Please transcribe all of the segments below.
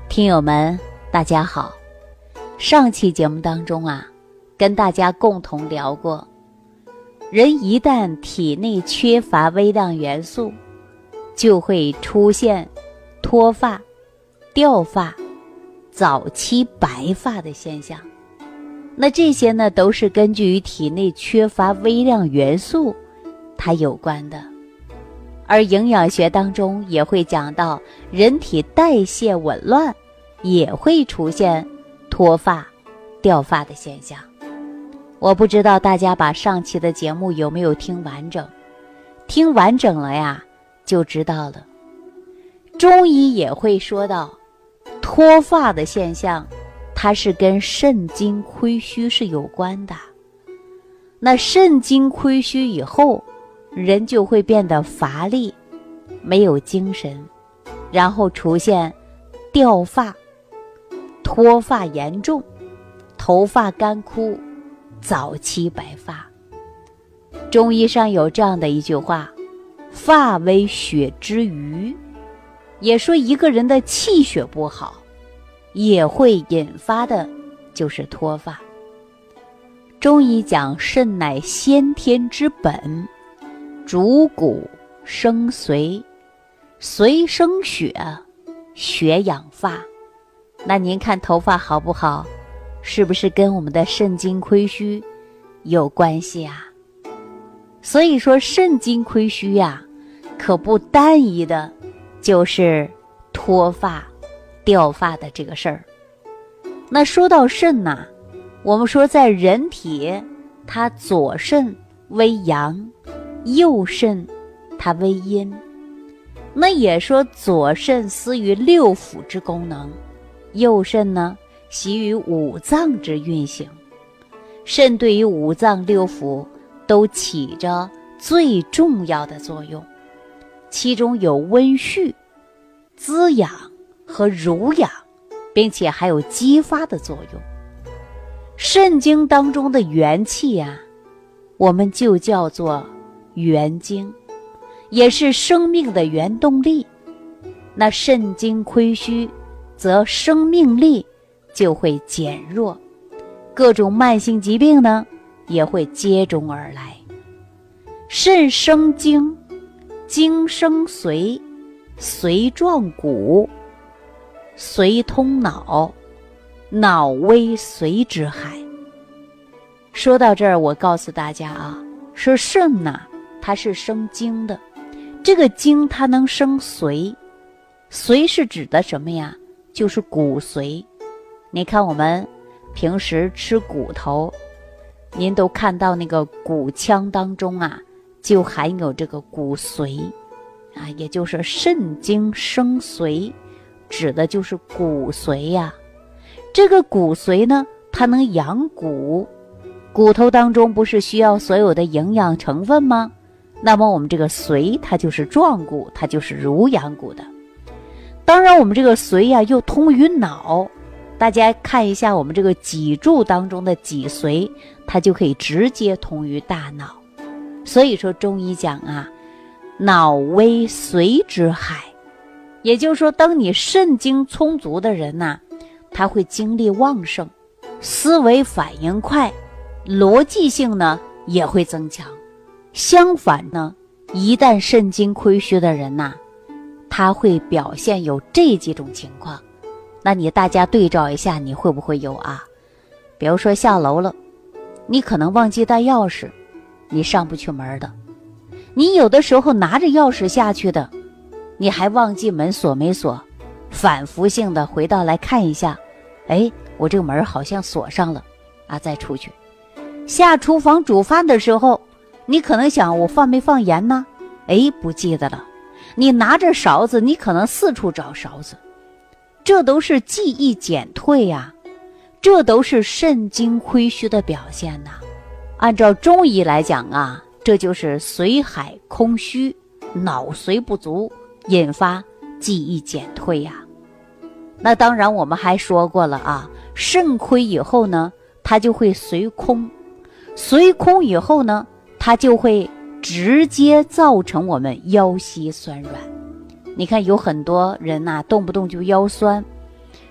听友们大家好，上期节目当中跟大家共同聊过，人一旦体内缺乏微量元素，就会出现脱发、掉发、早期白发的现象。那这些呢，都是根据于体内缺乏微量元素它有关的。而营养学当中也会讲到，人体代谢紊乱也会出现脱发、掉发的现象。我不知道大家把上期的节目有没有听完整，听完整了就知道了。中医也会说到，脱发的现象它是跟肾精亏虚是有关的。那肾精亏虚以后，人就会变得乏力，没有精神，然后出现掉发、脱发严重、头发干枯、早期白发。中医上有这样的一句话，发为血之余，也说一个人的气血不好也会引发的就是脱发。中医讲肾乃先天之本，主骨生髓，髓生血，血养发。那您看头发好不好，是不是跟我们的肾精亏虚有关系啊？所以说肾精亏虚可不单一的就是脱发、掉发的这个事儿。那说到肾我们说在人体，它左肾为阳，右肾它为阴。那也说左肾司于六腑之功能，右肾呢习于五脏之运行。肾对于五脏六腑都起着最重要的作用，其中有温煦、滋养和濡养，并且还有激发的作用。肾经当中的元气我们就叫做元精，也是生命的原动力。那肾精亏虚，则生命力就会减弱，各种慢性疾病呢也会接踵而来。肾生精，精生髓，髓壮骨，髓通脑，脑为髓之海。说到这儿，我告诉大家说肾它是生精的，这个精它能生髓，髓是指的什么呀？就是骨髓。你看我们平时吃骨头，您都看到那个骨腔当中就含有这个骨髓也就是肾精生髓，指的就是骨髓这个骨髓呢，它能养骨，骨头当中不是需要所有的营养成分吗？那么我们这个髓它就是壮骨，它就是濡养骨的。当然我们这个髓又通于脑，大家看一下我们这个脊柱当中的脊髓，它就可以直接通于大脑。所以说中医讲脑为髓之海，也就是说当你肾精充足的人他会精力旺盛，思维反应快，逻辑性呢也会增强。相反呢，一旦肾精亏虚的人他会表现有这几种情况。那你大家对照一下，你会不会有比如说下楼了，你可能忘记带钥匙，你上不去门的。你有的时候拿着钥匙下去的，你还忘记门锁没锁，反复性的回到来看一下，我这个门好像锁上了再出去。下厨房煮饭的时候，你可能想我放没放盐呢？不记得了。你拿着勺子，你可能四处找勺子，这都是记忆减退这都是肾精亏虚的表现按照中医来讲这就是髓海空虚，脑髓不足，引发记忆减退那当然我们还说过了肾亏以后呢，它就会髓空，髓空以后呢，它就会直接造成我们腰膝酸软。你看有很多人动不动就腰酸，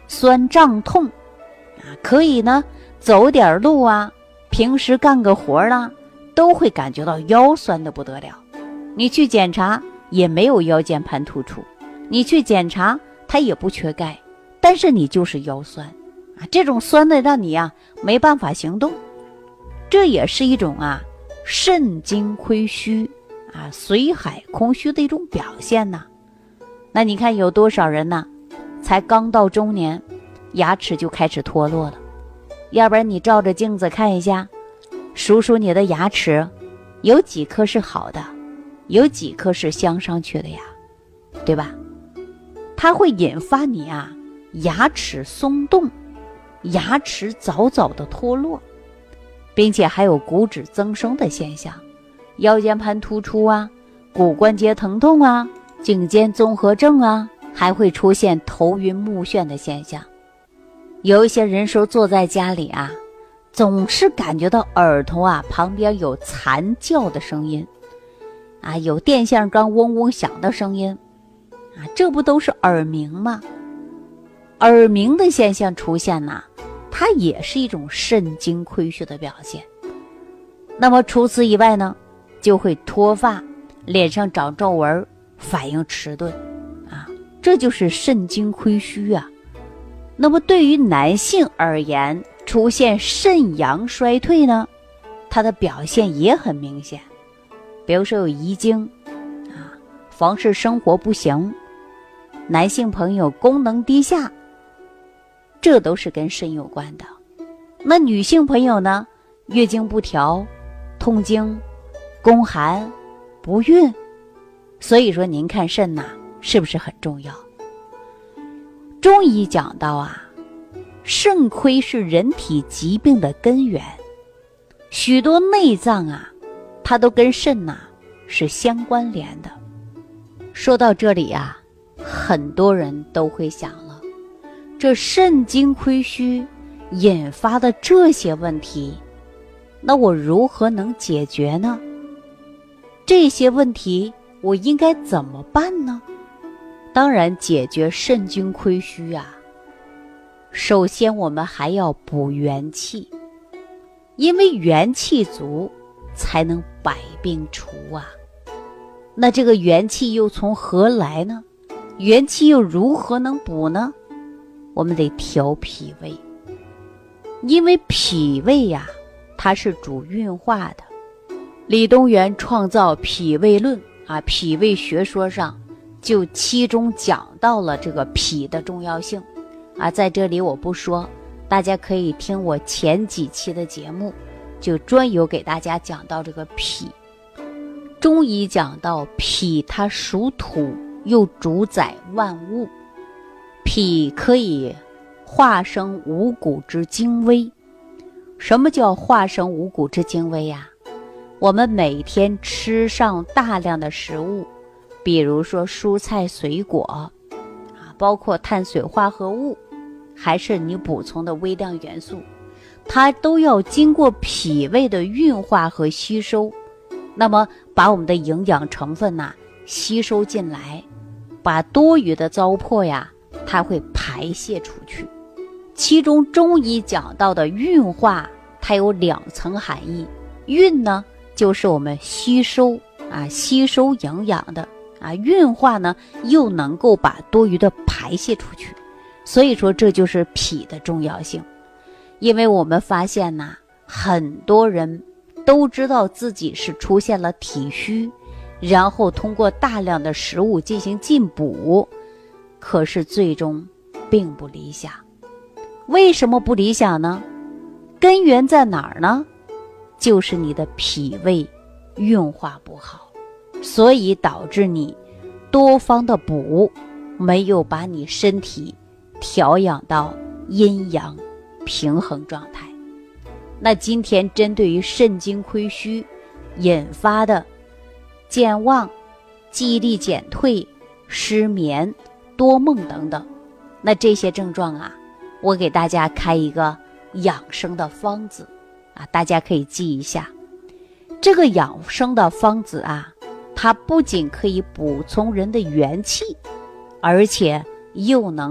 酸胀痛啊，可以呢走点路啊，平时干个活啊，都会感觉到腰酸的不得了。你去检查也没有腰间盘突出，你去检查它也不缺钙，但是你就是腰酸啊，这种酸的让你啊没办法行动，这也是一种啊肾精亏虚啊髓海空虚的一种表现呐。那你看有多少人呢，才刚到中年，牙齿就开始脱落了。要不然你照着镜子看一下，数数你的牙齿，有几颗是好的，有几颗是镶上去的呀，对吧？它会引发你啊牙齿松动，牙齿早早的脱落，并且还有骨质增生的现象，腰间盘突出啊，骨关节疼痛啊，颈肩综合症啊，还会出现头晕目眩的现象。有一些人说坐在家里啊，总是感觉到耳朵啊旁边有惨叫的声音啊，有电线杆嗡嗡响的声音啊，这不都是耳鸣吗？耳鸣的现象出现呢，它也是一种肾精亏虚的表现。那么除此以外呢，就会脱发，脸上长皱纹，反应迟钝啊，这就是肾精亏虚啊。那么对于男性而言，出现肾阳衰退呢，它的表现也很明显。比如说有遗精啊，房事生活不行，男性朋友功能低下，这都是跟肾有关的。那女性朋友呢，月经不调，痛经，宫寒，不孕。所以说您看肾呐，是不是很重要？中医讲到啊，肾亏是人体疾病的根源，许多内脏啊，它都跟肾呐是相关联的。说到这里啊，很多人都会想了，这肾精亏虚引发的这些问题，那我如何能解决呢？这些问题我应该怎么办呢？当然解决肾精亏虚啊，首先我们还要补元气，因为元气足才能百病除啊。那这个元气又从何来呢？元气又如何能补呢？我们得调脾胃，因为脾胃呀，它是主运化的。李东垣创造脾胃论啊，脾胃学说上就其中讲到了这个脾的重要性啊，在这里我不说，大家可以听我前几期的节目，就专有给大家讲到这个脾。中医讲到脾它属土，又主宰万物，脾可以化生五谷之精微。什么叫化生五谷之精微呀？我们每天吃上大量的食物，比如说蔬菜水果啊，包括碳水化合物，还是你补充的微量元素，它都要经过脾胃的运化和吸收，那么把我们的营养成分呐吸收进来，把多余的糟粕呀，它会排泄出去。其中中医讲到的运化，它有两层含义。运呢，就是我们吸收啊，吸收营养的啊；运化呢，又能够把多余的排泄出去。所以说，这就是脾的重要性。因为我们发现呐，很多人都知道自己是出现了体虚，然后通过大量的食物进行进补，可是最终并不理想。为什么不理想呢？根源在哪儿呢？就是你的脾胃运化不好，所以导致你多方的补，没有把你身体调养到阴阳平衡状态。那今天针对于肾精亏虚引发的健忘、记忆力减退、失眠、多梦等等，那这些症状啊，我给大家开一个养生的方子啊，大家可以记一下。这个养生的方子啊，它不仅可以补充人的元气，而且又能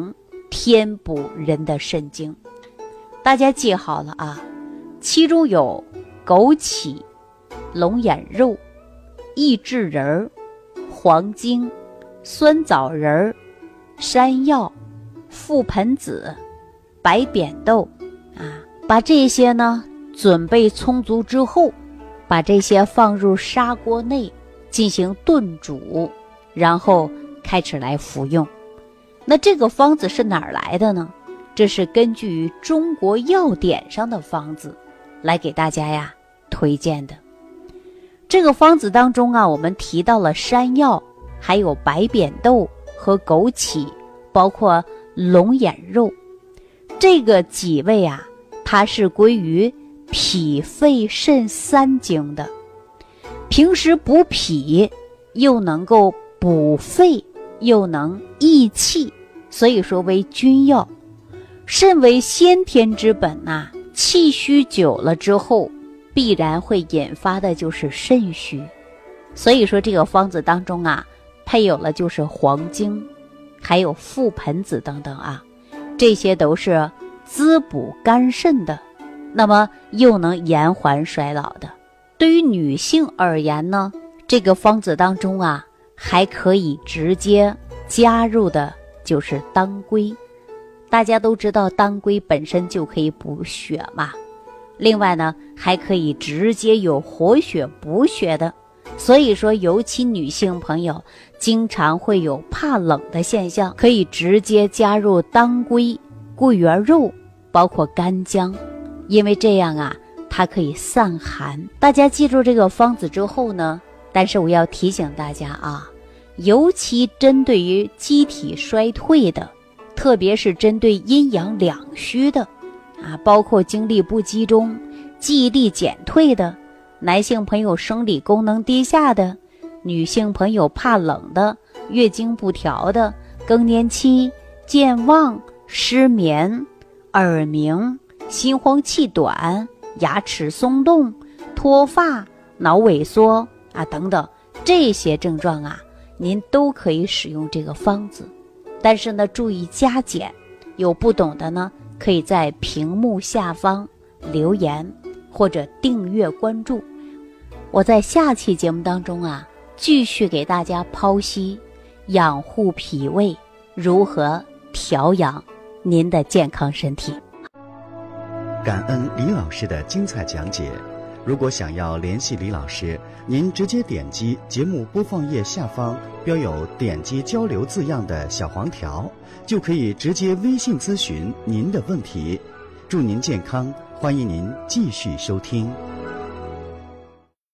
填补人的肾精。大家记好了啊，其中有枸杞、龙眼肉、益智仁、黄精、酸枣仁、山药、覆盆子、白扁豆啊。把这些呢准备充足之后，把这些放入砂锅内进行炖煮，然后开始来服用。那这个方子是哪儿来的呢？这是根据中国药典上的方子来给大家呀推荐的。这个方子当中啊，我们提到了山药，还有白扁豆和枸杞，包括龙眼肉，这个几味啊，它是归于脾肺肾三经的，平时补脾又能够补肺又能益气，所以说为君药。肾为先天之本啊，气虚久了之后必然会引发的就是肾虚，所以说这个方子当中啊，配有了就是黄精，还有覆盆子等等啊，这些都是滋补肝肾的，那么又能延缓衰老的。对于女性而言呢，这个方子当中啊，还可以直接加入的就是当归。大家都知道当归本身就可以补血嘛，另外呢还可以直接有活血补血的，所以说尤其女性朋友经常会有怕冷的现象，可以直接加入当归、桂圆肉，包括干姜，因为这样啊它可以散寒。大家记住这个方子之后呢，但是我要提醒大家啊，尤其针对于机体衰退的，特别是针对阴阳两虚的啊，包括精力不集中、记忆力减退的，男性朋友生理功能低下的，女性朋友怕冷的，月经不调的，更年期、健忘、失眠、耳鸣、心慌气短、牙齿松动、脱发、脑萎缩啊等等，这些症状啊，您都可以使用这个方子。但是呢，注意加减，有不懂的呢，可以在屏幕下方留言或者订阅关注。我在下期节目当中啊，继续给大家剖析养护脾胃，如何调养您的健康身体。 感恩李老师的精彩讲解。如果想要联系李老师，您直接点击节目播放页下方标有点击交流字样的小黄条，就可以直接微信咨询您的问题。祝您健康，欢迎您继续收听。